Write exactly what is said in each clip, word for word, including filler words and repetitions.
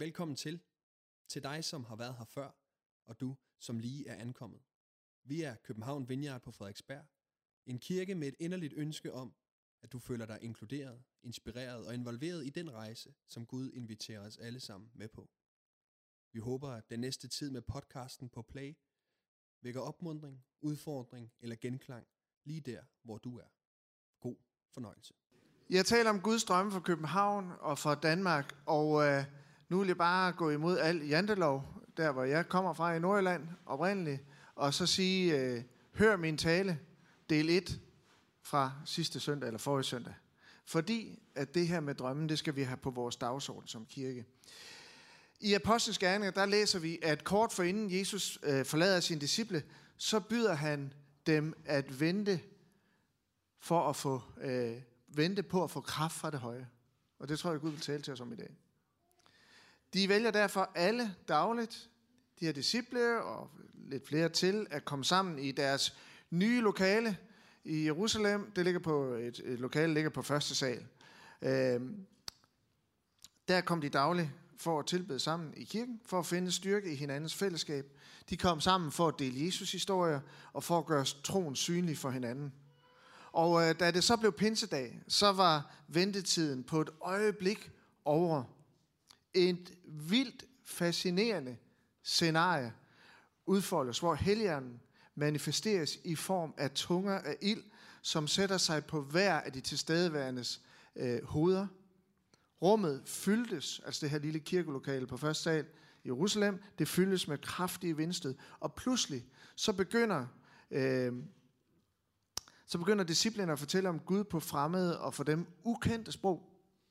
Velkommen til, til dig som har været her før, og du som lige er ankommet. Vi er København Vineyard på Frederiksberg, en kirke med et inderligt ønske om, at du føler dig inkluderet, inspireret og involveret i den rejse, som Gud inviterer os alle sammen med på. Vi håber, at den næste tid med podcasten på Play vækker opmuntring, udfordring eller genklang lige der, hvor du er. God fornøjelse. Jeg taler om Guds drømme for København og for Danmark, og øh, nu vil jeg bare gå imod al jantelov, der hvor jeg kommer fra i Nordjylland oprindeligt, og så sige, øh, hør min tale, del et fra sidste søndag eller forrige søndag. Fordi at det her med drømmen, det skal vi have på vores dagsorden som kirke. I Apostlenes Gerninger, der læser vi, at kort forinden Jesus øh, forlader sine disciple, så byder han dem at vente for at få øh, vente på at få kraft fra det høje. Og det tror jeg, Gud vil tale til os om i dag. De vælger derfor alle dagligt, de her disciple og lidt flere til, at komme sammen i deres nye lokale i Jerusalem. Det ligger på et, et lokale ligger på første sal. Øhm, der kom de dagligt for at tilbede sammen i kirken, for at finde styrke i hinandens fællesskab. De kom sammen for at dele Jesus historier og for at gøre troen synlig for hinanden. Og øh, da det så blev pinsedag, så var ventetiden på et øjeblik over. Et vildt fascinerende scenarie udfoldes, hvor Helligånden manifesteres i form af tunger af ild, som sætter sig på hver af de tilstedeværendes øh, hoveder. Rummet fyldtes, altså det her lille kirkelokale på første sal i Jerusalem, det fyldes med kraftige vindstød, og pludselig så begynder øh, så begynder disciplene at fortælle om Gud på fremmede og for dem ukendte sprog.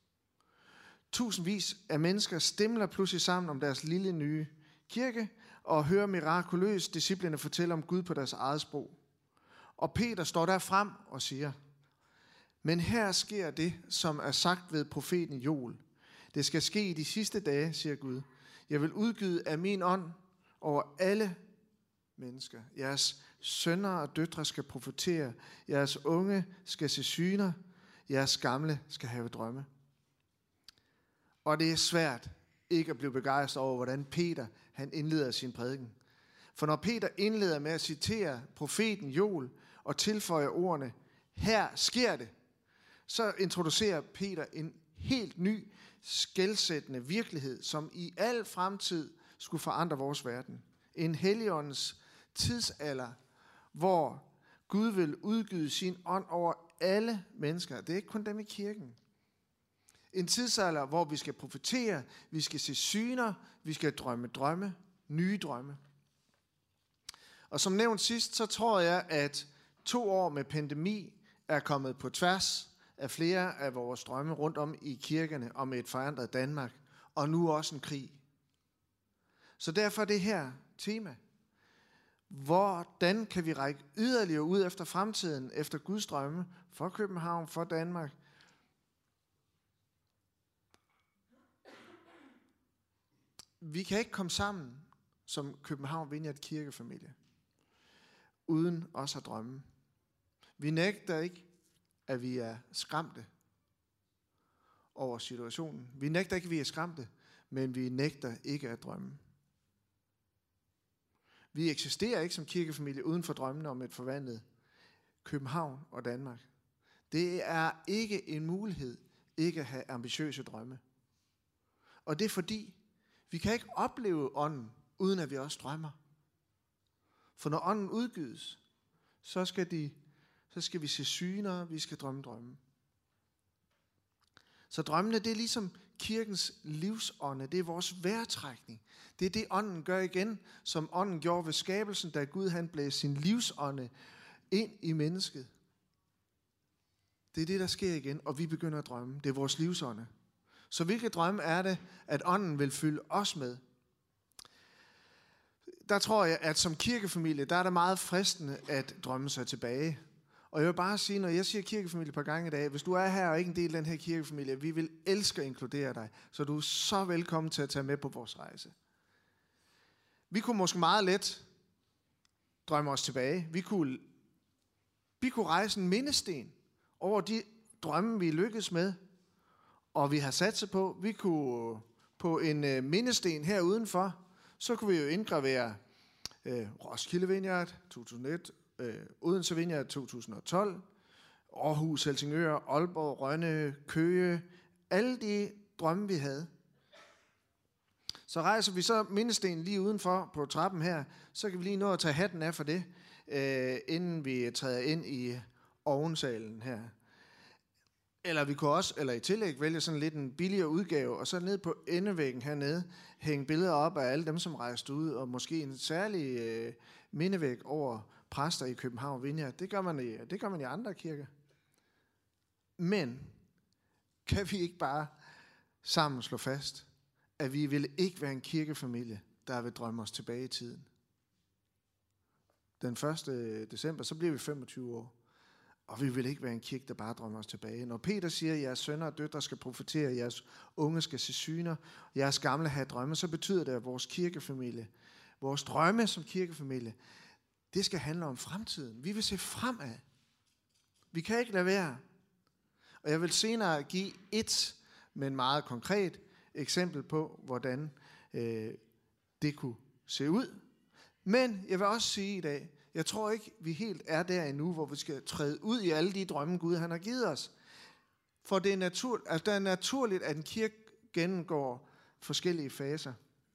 Tusindvis af mennesker stimler pludselig sammen om deres lille nye kirke og hører mirakuløst disciplene fortælle om Gud på deres eget sprog. Og Peter står der frem og siger, men her sker det, som er sagt ved profeten Joel. Det skal ske i de sidste dage, siger Gud. Jeg vil udgyde af min ånd over alle mennesker. Jeres sønner og døtre skal profetere. Jeres unge skal se syner. Jeres gamle skal have drømme. Og det er svært ikke at blive begejstret over, hvordan Peter han indleder sin prædiken. For når Peter indleder med at citere profeten Joel og tilføjer ordene, her sker det, så introducerer Peter en helt ny, skelsættende virkelighed, som i al fremtid skulle forandre vores verden. En Helligåndens tidsalder, hvor Gud vil udgyde sin ånd over alle mennesker. Det er ikke kun dem i kirken. En tidsalder, hvor vi skal profetere, vi skal se syner, vi skal drømme drømme, nye drømme. Og som nævnt sidst, så tror jeg, at to år med pandemi er kommet på tværs af flere af vores drømme rundt om i kirkerne om et forandret Danmark, og nu også en krig. Så derfor det her tema. Hvordan kan vi række yderligere ud efter fremtiden, efter Guds drømme, for København, for Danmark? Vi kan ikke komme sammen som København Vineyard kirkefamilie, uden også at drømme. Vi nægter ikke, at vi er skræmte over situationen. Vi nægter ikke, at vi er skræmte, men vi nægter ikke at drømme. Vi eksisterer ikke som kirkefamilie uden for drømmene om et forvandlet København og Danmark. Det er ikke en mulighed ikke at have ambitiøse drømme. Og det er fordi, vi kan ikke opleve ånden, uden at vi også drømmer. For når ånden udgydes, så skal, de, så skal vi se syner, vi skal drømme drømme. Så drømmene, det er ligesom kirkens livsånde, det er vores vejrtrækning. Det er det, ånden gør igen, som ånden gjorde ved skabelsen, da Gud han blæste sin livsånde ind i mennesket. Det er det, der sker igen, og vi begynder at drømme. Det er vores livsånde. Så hvilke drømme er det, at ånden vil fylde os med? Der tror jeg, at som kirkefamilie, der er det meget fristende at drømme sig tilbage. Og jeg vil bare sige, når jeg siger kirkefamilie et par gange i dag, hvis du er her og ikke en del af den her kirkefamilie, vi vil elske at inkludere dig, så du er så velkommen til at tage med på vores rejse. Vi kunne måske meget let drømme os tilbage. Vi kunne, vi kunne rejse en mindesten over de drømme, vi lykkedes med, og vi har sat sig på. Vi kunne på en øh, mindesten her udenfor, så kunne vi jo indgravere øh, Roskilde Vineyard to tusind og et, øh, Odense Vineyard to tusind og tolv, Aarhus, Helsingør, Aalborg, Rønne, Køge, alle de drømme, vi havde. Så rejser vi så mindestenen lige udenfor på trappen her, så kan vi lige nå at tage hatten af for det, øh, inden vi træder ind i ovensalen her. Eller vi kunne også, eller i tillæg, vælge sådan lidt en billigere udgave, og så ned på endevæggen hernede, hænge billeder op af alle dem, som rejste ud, og måske en særlig øh, mindevæg over præster i København Vineyard. Det gør man i, det gør man i andre kirker. Men kan vi ikke bare sammen slå fast, at vi vil ikke være en kirkefamilie, der vil drømme os tilbage i tiden? Den første december, så bliver vi femogtyve år. Og vi vil ikke være en kirke, der bare drømmer os tilbage. Når Peter siger, at jeres sønner og døtre skal profetere, jeres unge skal se syner, jeres gamle have drømme, så betyder det, at vores kirkefamilie, vores drømme som kirkefamilie, det skal handle om fremtiden. Vi vil se fremad. Vi kan ikke lade være. Og jeg vil senere give et, men meget konkret eksempel på, hvordan øh, det kunne se ud. Men jeg vil også sige i dag, jeg tror ikke, vi helt er der endnu, hvor vi skal træde ud i alle de drømme, Gud han har givet os. For det er, natur, altså det er naturligt, at en kirke gennemgår forskellige faser.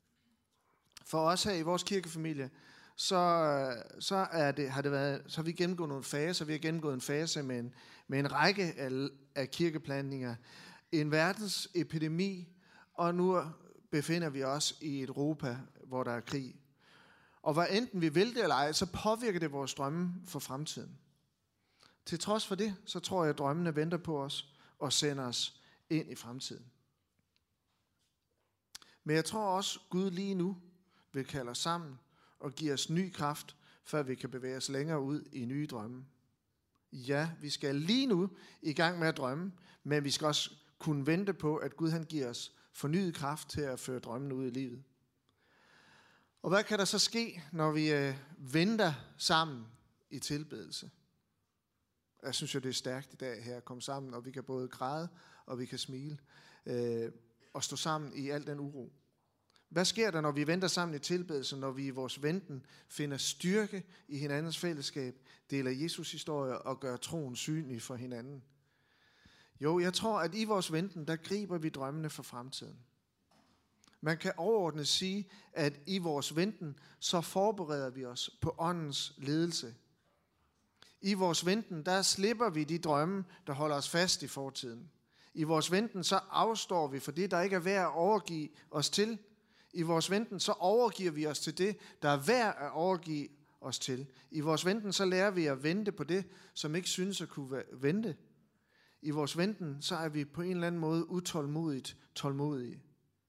For os her i vores kirkefamilie, så, så, er det, har, det været, så har vi gennemgået nogle faser. Vi har gennemgået en fase med en, med en række af, af kirkeplanninger, en verdensepidemi, og nu befinder vi os i et Europa, hvor der er krig. Og hvad enten vi vil det eller ej, så påvirker det vores drømme for fremtiden. Til trods for det, så tror jeg, at drømmene venter på os og sender os ind i fremtiden. Men jeg tror også, at Gud lige nu vil kalde os sammen og give os ny kraft, før vi kan bevæge os længere ud i nye drømme. Ja, vi skal lige nu i gang med at drømme, men vi skal også kunne vente på, at Gud han giver os fornyet kraft til at føre drømmene ud i livet. Og hvad kan der så ske, når vi øh, venter sammen i tilbedelse? Jeg synes jo, det er stærkt i dag her at komme sammen, og vi kan både græde, og vi kan smile, øh, og stå sammen i al den uro. Hvad sker der, når vi venter sammen i tilbedelse, når vi i vores venten finder styrke i hinandens fællesskab, deler Jesus historie og gør troen synlig for hinanden? Jo, jeg tror, at i vores venten, der griber vi drømmene for fremtiden. Man kan overordnet sige, at i vores venten, så forbereder vi os på åndens ledelse. I vores venten, der slipper vi de drømme, der holder os fast i fortiden. I vores venten, så afstår vi for det, der ikke er værd at overgive os til. I vores venten, så overgiver vi os til det, der er værd at overgive os til. I vores venten, så lærer vi at vente på det, som ikke synes at kunne vente. I vores venten, så er vi på en eller anden måde utålmodigt tålmodige.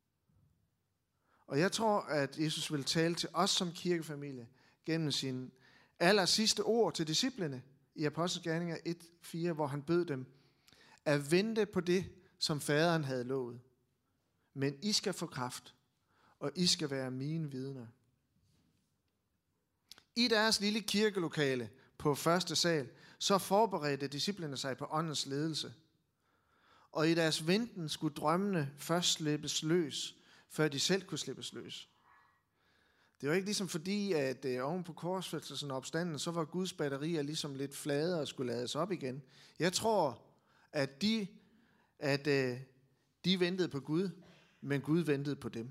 Og jeg tror, at Jesus vil tale til os som kirkefamilie gennem sine aller sidste ord til disciplene i Apostelgerninger et fire, hvor han bød dem at vente på det, som faderen havde lovet. Men I skal få kraft, og I skal være mine vidner. I deres lille kirkelokale på første sal, så forberedte disciplene sig på åndens ledelse. Og i deres venten skulle drømmene først slippes løs, før de selv kunne slippes løs. Det var ikke ligesom fordi, at øh, oven på korsfæstelsen og opstanden, så var Guds batterier ligesom lidt flade og skulle lades op igen. Jeg tror, at de, at, øh, de ventede på Gud, men Gud ventede på dem.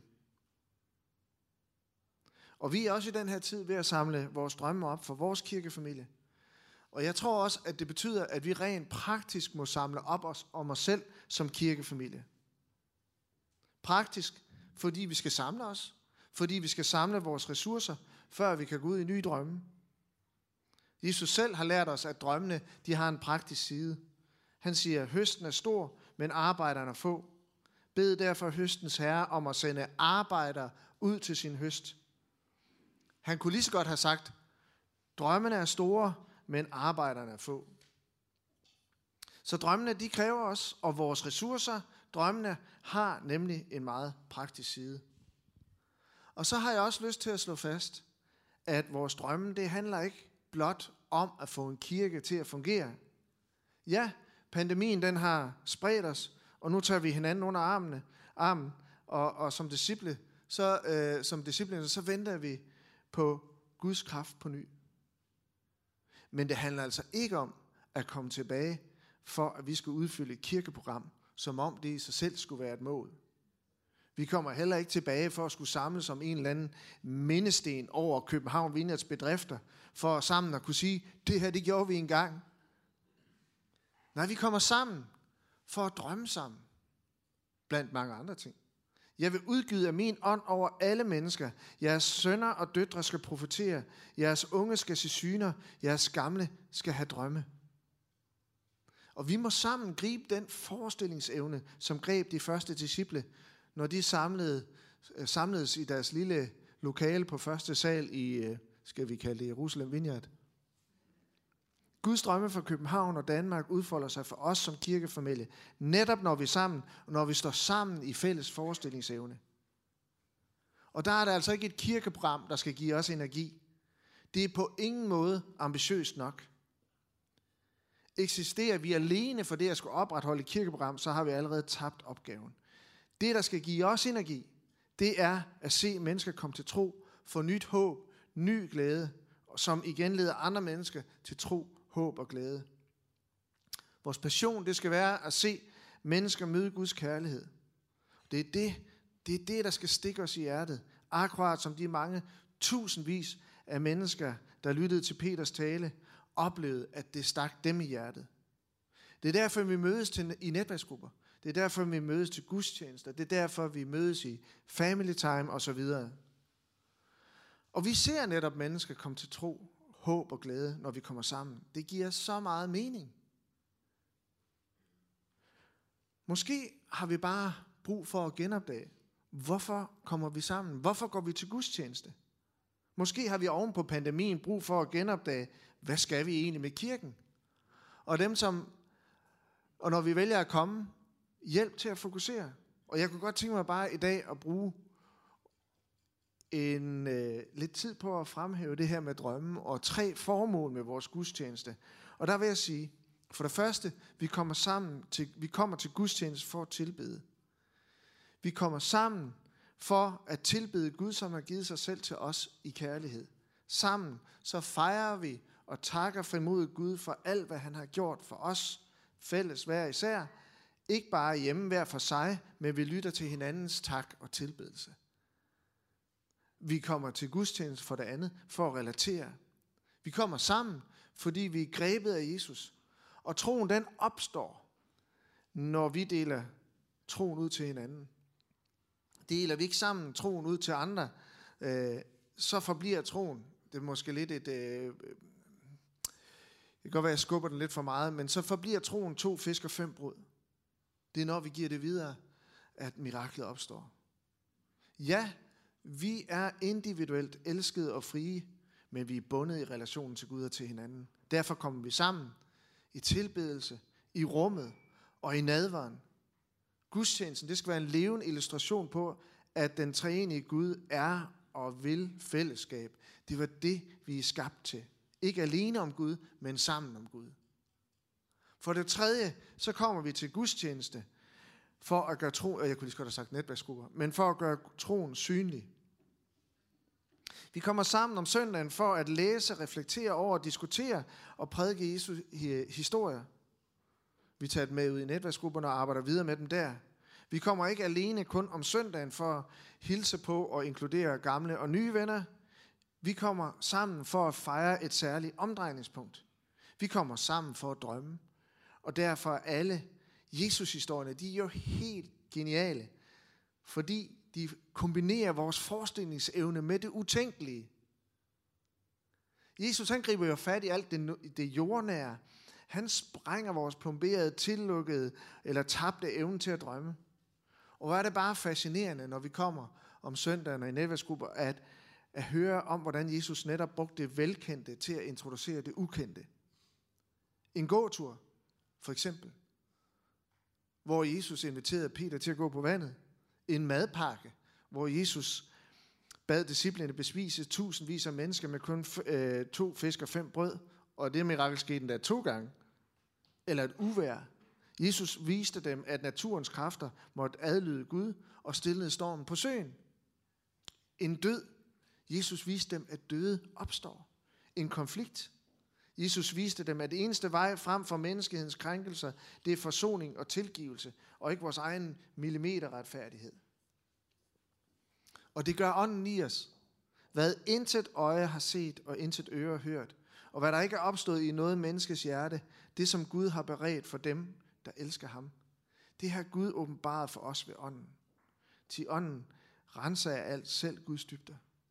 Og vi er også i den her tid ved at samle vores drømme op for vores kirkefamilie. Og jeg tror også, at det betyder, at vi rent praktisk må samle op os om os selv som kirkefamilie. Praktisk, fordi vi skal samle os, fordi vi skal samle vores ressourcer, før vi kan gå ud i nye drømme. Jesus selv har lært os, at drømmene de har en praktisk side. Han siger, at høsten er stor, men arbejderne er få. Bed derfor høstens herre om at sende arbejdere ud til sin høst. Han kunne lige så godt have sagt, drømmene er store, men arbejderne er få. Så drømmene, de kræver os, og vores ressourcer, drømmene, har nemlig en meget praktisk side. Og så har jeg også lyst til at slå fast, at vores drømme, det handler ikke blot om at få en kirke til at fungere. Ja, pandemien den har spredt os, og nu tager vi hinanden under armene, armen, og, og som disciple, så, øh, som disciplene, så venter vi på Guds kraft på ny. Men det handler altså ikke om at komme tilbage, for at vi skal udfylde et kirkeprogram, som om det i sig selv skulle være et mål. Vi kommer heller ikke tilbage for at skulle samles om en eller anden mindesten over København Vineyards bedrifter, for sammen at kunne sige, det her det gjorde vi engang. Nej, vi kommer sammen for at drømme sammen, blandt mange andre ting. Jeg vil udgyde af min ånd over alle mennesker. Jeres sønner og døtre skal profetere. Jeres unge skal se syner. Jeres gamle skal have drømme. Og vi må sammen gribe den forestillingsevne, som greb de første disciple, når de samlede, samledes i deres lille lokale på første sal i, skal vi kalde det Jerusalem Vineyard. Guds drømme for København og Danmark udfolder sig for os som kirkefamilie, netop når vi er sammen, og når vi står sammen i fælles forestillingsevne. Og der er der altså ikke et kirkeprogram, der skal give os energi. Det er på ingen måde ambitiøst nok. Eksisterer vi alene for det at skulle opretholde et kirkeprogram, så har vi allerede tabt opgaven. Det, der skal give os energi, det er at se mennesker komme til tro, få nyt håb, ny glæde, som igen leder andre mennesker til tro, håb og glæde. Vores passion, det skal være at se mennesker møde Guds kærlighed. Det er det, det er det, der skal stikke os i hjertet. Akkurat som de mange tusindvis af mennesker, der lyttede til Peters tale, oplevede, at det stak dem i hjertet. Det er derfor, vi mødes til, i netværksgrupper. Det er derfor, vi mødes til gudstjenester. Det er derfor, vi mødes i family time osv. Og vi ser netop mennesker komme til tro, håb og glæde, når vi kommer sammen. Det giver så meget mening. Måske har vi bare brug for at genopdage, hvorfor kommer vi sammen? Hvorfor går vi til gudstjeneste? Måske har vi oven på pandemien brug for at genopdage, hvad skal vi egentlig med kirken? Og dem som, og når vi vælger at komme, hjælp til at fokusere. Og jeg kunne godt tænke mig bare i dag at bruge en øh, lidt tid på at fremhæve det her med drømme og tre formål med vores gudstjeneste. Og der vil jeg sige, for det første, vi kommer sammen til, vi kommer til gudstjeneste for at tilbede. Vi kommer sammen for at tilbede Gud, som har givet sig selv til os i kærlighed. Sammen så fejrer vi og takker frimodigt Gud for alt, hvad han har gjort for os, fælles hver især. Ikke bare hjemme hver for sig, men vi lytter til hinandens tak og tilbedelse. Vi kommer til gudstjeneste for det andet, for at relatere. Vi kommer sammen, fordi vi er grebet af Jesus. Og troen den opstår, når vi deler troen ud til hinanden. Deler vi ikke sammen troen ud til andre, øh, så forbliver troen. Det er måske lidt et... Øh, det kan godt være, at jeg skubber den lidt for meget, men så forbliver troen to fisk og fem brød. Det er når vi giver det videre, at miraklet opstår. Ja, vi er individuelt elskede og frie, men vi er bundet i relationen til Gud og til hinanden. Derfor kommer vi sammen i tilbedelse, i rummet og i nadveren. Gudstjenesten, det skal være en levende illustration på, at den treenige Gud er og vil fællesskab. Det var det, vi er skabt til. Ikke alene om Gud, men sammen om Gud. For det tredje, så kommer vi til gudstjeneste for at gøre troen, jeg kunne lige så godt have sagt netværksgrupper, men for at gøre troen synlig. Vi kommer sammen om søndagen for at læse, reflektere over, diskutere og prædike Jesu historier. Vi tager dem med ud i netværksgrupperne og arbejder videre med dem der. Vi kommer ikke alene kun om søndagen for at hilse på og inkludere gamle og nye venner. Vi kommer sammen for at fejre et særligt omdrejningspunkt. Vi kommer sammen for at drømme. Og derfor er alle Jesus-historierne, de er jo helt geniale, fordi de kombinerer vores forestillingsevne med det utænkelige. Jesus, han griber jo fat i alt det, det jordnære. Han sprænger vores plomberede, tillukkede eller tabte evne til at drømme. Og hvor er det bare fascinerende, når vi kommer om søndagen og i netværksgrupper, at, at høre om, hvordan Jesus netop brugte det velkendte til at introducere det ukendte. En gåtur, for eksempel, hvor Jesus inviterede Peter til at gå på vandet. En madpakke, hvor Jesus bad disciplene bespise tusindvis af mennesker med kun øh, to fisk og fem brød, og det mirakel skete endda to gange. Eller et uvejr. Jesus viste dem, at naturens kræfter måtte adlyde Gud og stillede stormen på søen. En død. Jesus viste dem, at døde opstår. En konflikt. Jesus viste dem, at det eneste vej frem for menneskehedens krænkelser, det er forsoning og tilgivelse, og ikke vores egen millimeter retfærdighed. Og det gør ånden i os. Hvad intet øje har set, og intet øre hørt, og hvad der ikke er opstået i noget menneskes hjerte, det som Gud har beredt for dem, der elsker ham. Det har Gud åbenbaret for os ved ånden. Til ånden renser af alt, selv Guds dybder.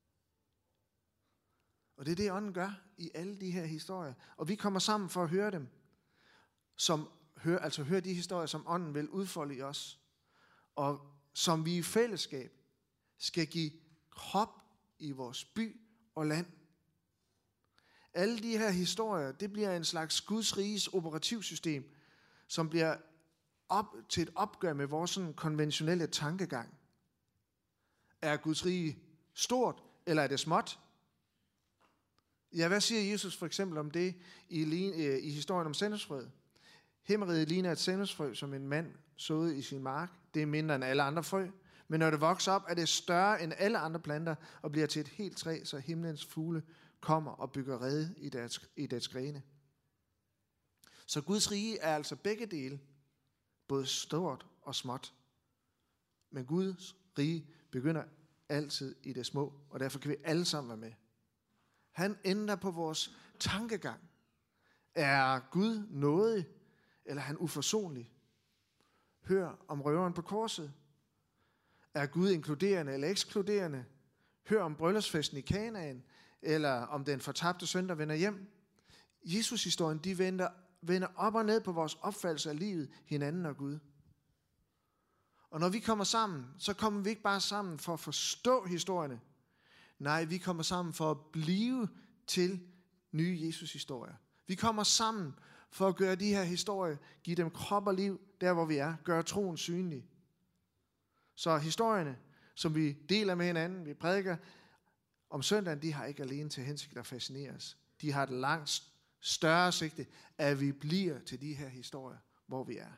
Og det er det, ånden gør i alle de her historier. Og vi kommer sammen for at høre dem. Som, høre, altså høre de historier, som ånden vil udfolde i os. Og som vi i fællesskab skal give krop i vores by og land. Alle de her historier, det bliver en slags Guds riges operativsystem, som bliver op til et opgør med vores sådan konventionelle tankegang. Er Guds rige stort, eller er det småt? Ja, hvad siger Jesus for eksempel om det i, i historien om sennepsfrøet? Himmeriget ligner et sennepsfrø, som en mand såede i sin mark. Det er mindre end alle andre frø. Men når det vokser op, er det større end alle andre planter og bliver til et helt træ, så himlens fugle kommer og bygger rede i deres, i deres grene. Så Guds rige er altså begge dele, både stort og småt. Men Guds rige begynder altid i det små, og derfor kan vi alle sammen være med. Han ændrer på vores tankegang. Er Gud nådig, eller er han uforsonlig? Hør om røveren på korset. Er Gud inkluderende eller ekskluderende? Hør om bryllupsfesten i Kanaan, eller om den fortabte søn, der vender hjem. Jesus-historien, de vender, vender op og ned på vores opfattelse af livet, hinanden og Gud. Og når vi kommer sammen, så kommer vi ikke bare sammen for at forstå historierne. Nej, vi kommer sammen for at blive til nye Jesus-historier. Vi kommer sammen for at gøre de her historier, give dem krop og liv, der hvor vi er, gøre troen synlig. Så historierne, som vi deler med hinanden, vi prædiker om søndagen, de har ikke alene til hensigt at fascinere os. De har et langt større sigte, at vi bliver til de her historier, hvor vi er.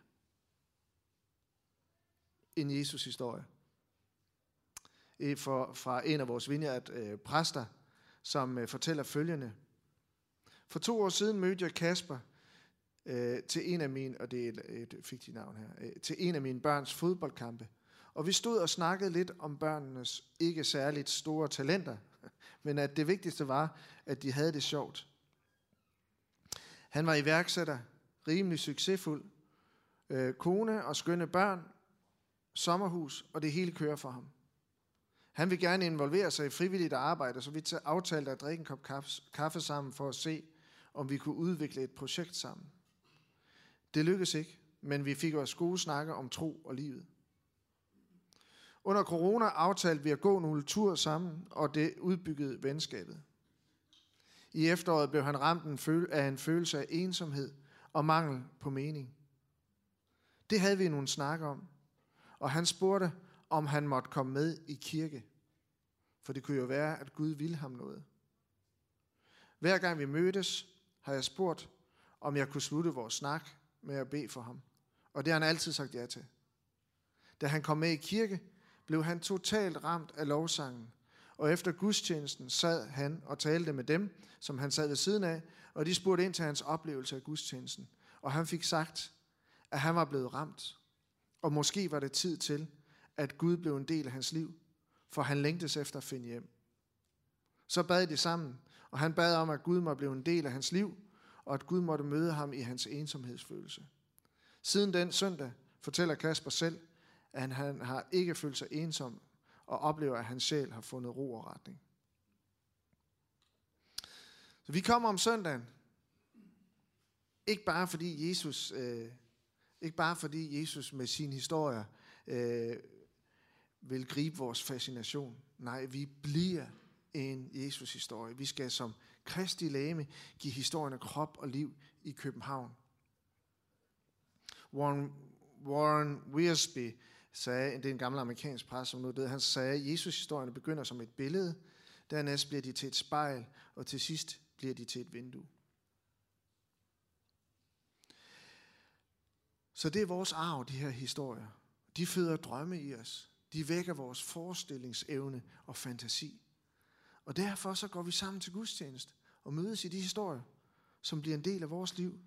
En Jesus-historie. For, fra en af vores vineyard øh, præster, som øh, fortæller følgende. For to år siden mødte jeg Kasper øh, til en af mine, og det er et, et fiktivt navn her, øh, til en af mine børns fodboldkampe. Og vi stod og snakkede lidt om børnenes ikke særligt store talenter, men at det vigtigste var, at de havde det sjovt. Han var iværksætter, rimelig succesfuld, øh, kone og skønne børn, sommerhus, og det hele kører for ham. Han vil gerne involvere sig i frivilligt arbejde, så vi aftalte at drikke en kop kaffe sammen for at se, om vi kunne udvikle et projekt sammen. Det lykkedes ikke, men vi fik os gode snakke om tro og livet. Under corona aftalte vi at gå nogle ture sammen, og det udbyggede venskabet. I efteråret blev han ramt af en følelse af ensomhed og mangel på mening. Det havde vi nogle snakke om, og han spurgte, om han måtte komme med i kirke. For det kunne jo være, at Gud ville ham noget. Hver gang vi mødtes, har jeg spurgt, om jeg kunne slutte vores snak med at bede for ham. Og det har han altid sagt ja til. Da han kom med i kirke, blev han totalt ramt af lovsangen. Og efter gudstjenesten sad han og talte med dem, som han sad ved siden af, og de spurgte ind til hans oplevelse af gudstjenesten. Og han fik sagt, at han var blevet ramt. Og måske var det tid til, at Gud blev en del af hans liv, for han længtes efter at finde hjem. Så bad de sammen, og han bad om, at Gud måtte blive en del af hans liv, og at Gud måtte møde ham i hans ensomhedsfølelse. Siden den søndag fortæller Kasper selv, at han, han har ikke følt sig ensom, og oplever, at hans sjæl har fundet ro og retning. Så vi kommer om søndagen, ikke bare fordi Jesus, øh, ikke bare fordi Jesus med sin historie øh, vil gribe vores fascination. Nej, vi bliver en Jesus-historie. Vi skal som Kristi legeme give historien krop og liv i København. Warren, Warren Wiersbe sagde, det er en gammel amerikansk præst, som nu døde, han sagde, at Jesus-historierne begynder som et billede, dernæst bliver de til et spejl, og til sidst bliver de til et vindue. Så det er vores arv, de her historier. De føder drømme i os. De vækker vores forestillingsevne og fantasi. Og derfor så går vi sammen til gudstjeneste og mødes i de historier, som bliver en del af vores liv.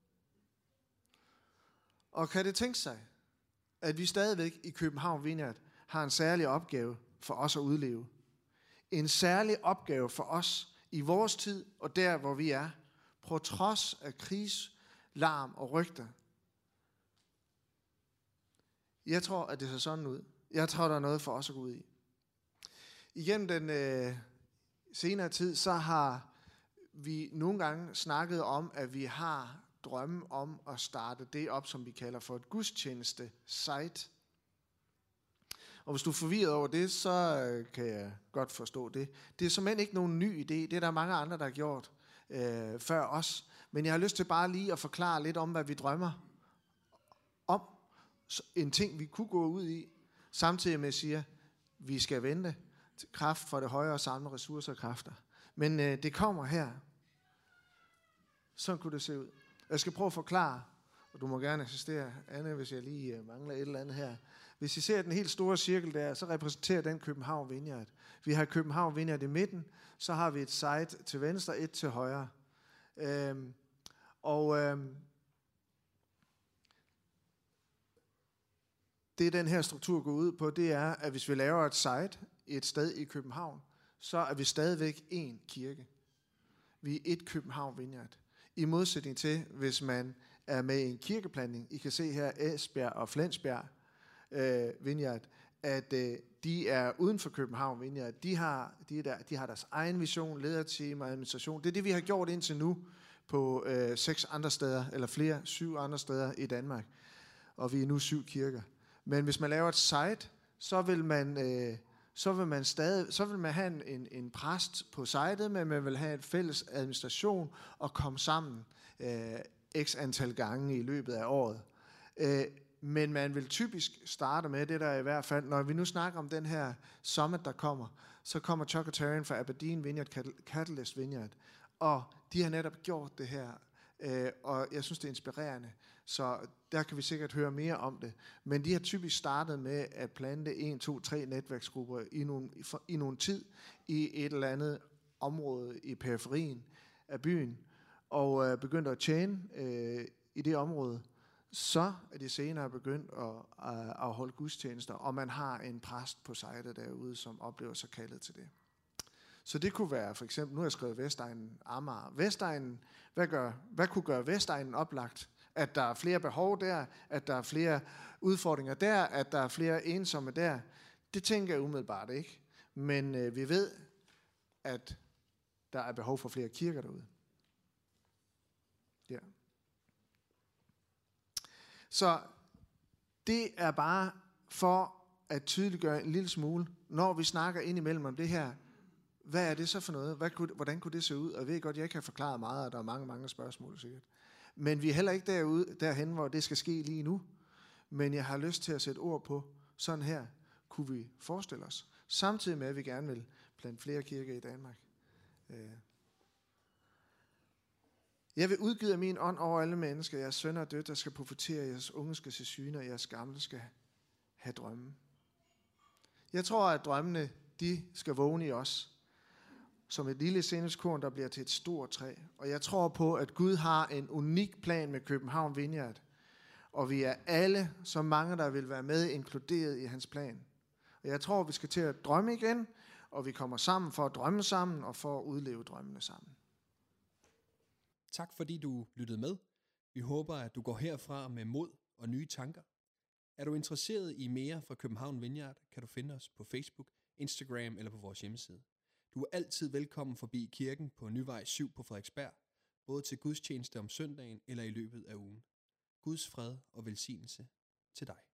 Og kan det tænke sig, at vi stadigvæk i København Vineyard har en særlig opgave for os at udleve. En særlig opgave for os i vores tid og der, hvor vi er, på trods af krigs, larm og rygter. Jeg tror, at det ser sådan ud. Jeg tror, der er noget for os at gå ud i. Igennem den øh, senere tid, så har vi nogle gange snakket om, at vi har drømme om at starte det op, som vi kalder for et gudstjeneste site. Og hvis du er forvirret over det, så kan jeg godt forstå det. Det er simpelthen ikke nogen ny idé. Det er der mange andre, der har gjort øh, før os. Men jeg har lyst til bare lige at forklare lidt om, hvad vi drømmer om. En ting, vi kunne gå ud i, samtidig med at sige, at vi skal vente til kraft for det højere og samle ressourcer og kræfter. Men øh, det kommer her. Sådan kunne det se ud. Jeg skal prøve at forklare, og du må gerne assistere, Anne, hvis jeg lige øh, mangler et eller andet her. Hvis I ser den helt store cirkel der, så repræsenterer den København Vineyard. Vi har København Vineyard i midten, så har vi et site til venstre, et til højre. Øhm, og øhm, det den her struktur går ud på, det er, at hvis vi laver et site et sted i København, så er vi stadigvæk én kirke. Vi er et København Vineyard. I modsætning til, hvis man er med i en kirkeplantning. I kan se her Esbjerg og Flensbjerg øh, Vineyard, at øh, de er uden for København Vineyard. De har, de, er der, de har deres egen vision, lederteam og administration. Det er det, vi har gjort indtil nu på øh, seks andre steder, eller flere, syv andre steder i Danmark. Og vi er nu syv kirker. Men hvis man laver et site, så vil man, øh, så vil man stadig, så vil man have en, en, en præst på sitet, men man vil have en fælles administration og komme sammen øh, x antal gange i løbet af året. Øh, men man vil typisk starte med det der i hvert fald, når vi nu snakker om den her summit, der kommer, så kommer Chuck og Taryn fra Aberdeen Vineyard, Catalyst Vineyard, og de har netop gjort det her, øh, og jeg synes, det er inspirerende. Så der kan vi sikkert høre mere om det. Men de har typisk startet med at plante en, to, tre netværksgrupper i nogle, i nogle tid i et eller andet område i periferien af byen, og øh, begyndt at tjene øh, i det område. Så er de senere begyndt at, at afholde gudstjenester, og man har en præst på sitet derude, som oplever sig kaldet til det. Så det kunne være for eksempel, nu har jeg skrevet Vestegnen, Amager. Vestegnen, hvad, gør, hvad kunne gøre Vestegnen oplagt? At der er flere behov der, at der er flere udfordringer der, at der er flere ensomme der. Det tænker jeg umiddelbart ikke. Men øh, vi ved, at der er behov for flere kirker derude. Ja. Så det er bare for at tydeliggøre en lille smule, når vi snakker indimellem om det her. Hvad er det så for noget? Hvad kunne, hvordan kunne det se ud? Og jeg ved godt, jeg ikke har forklaret meget, og der er mange, mange spørgsmål sikkert. Men vi er heller ikke derude, derhen, hvor det skal ske lige nu. Men jeg har lyst til at sætte ord på, sådan her kunne vi forestille os. Samtidig med, at vi gerne vil plante flere kirker i Danmark. Jeg vil udgive min ånd over alle mennesker. Jeres sønner og døtre skal profetere, jeres unge skal se syner, og jeres gamle skal have drømme. Jeg tror, at drømmene, de skal vågne i os. Som et lille senelskorn, der bliver til et stort træ. Og jeg tror på, at Gud har en unik plan med København Vineyard. Og vi er alle, så mange der vil være med, inkluderet i hans plan. Og jeg tror, vi skal til at drømme igen, og vi kommer sammen for at drømme sammen, og for at udleve drømmene sammen. Tak fordi du lyttede med. Vi håber, at du går herfra med mod og nye tanker. Er du interesseret i mere fra København Vineyard, kan du finde os på Facebook, Instagram eller på vores hjemmeside. Du er altid velkommen forbi kirken på Nyvej syv på Frederiksberg, både til gudstjeneste om søndagen eller i løbet af ugen. Guds fred og velsignelse til dig.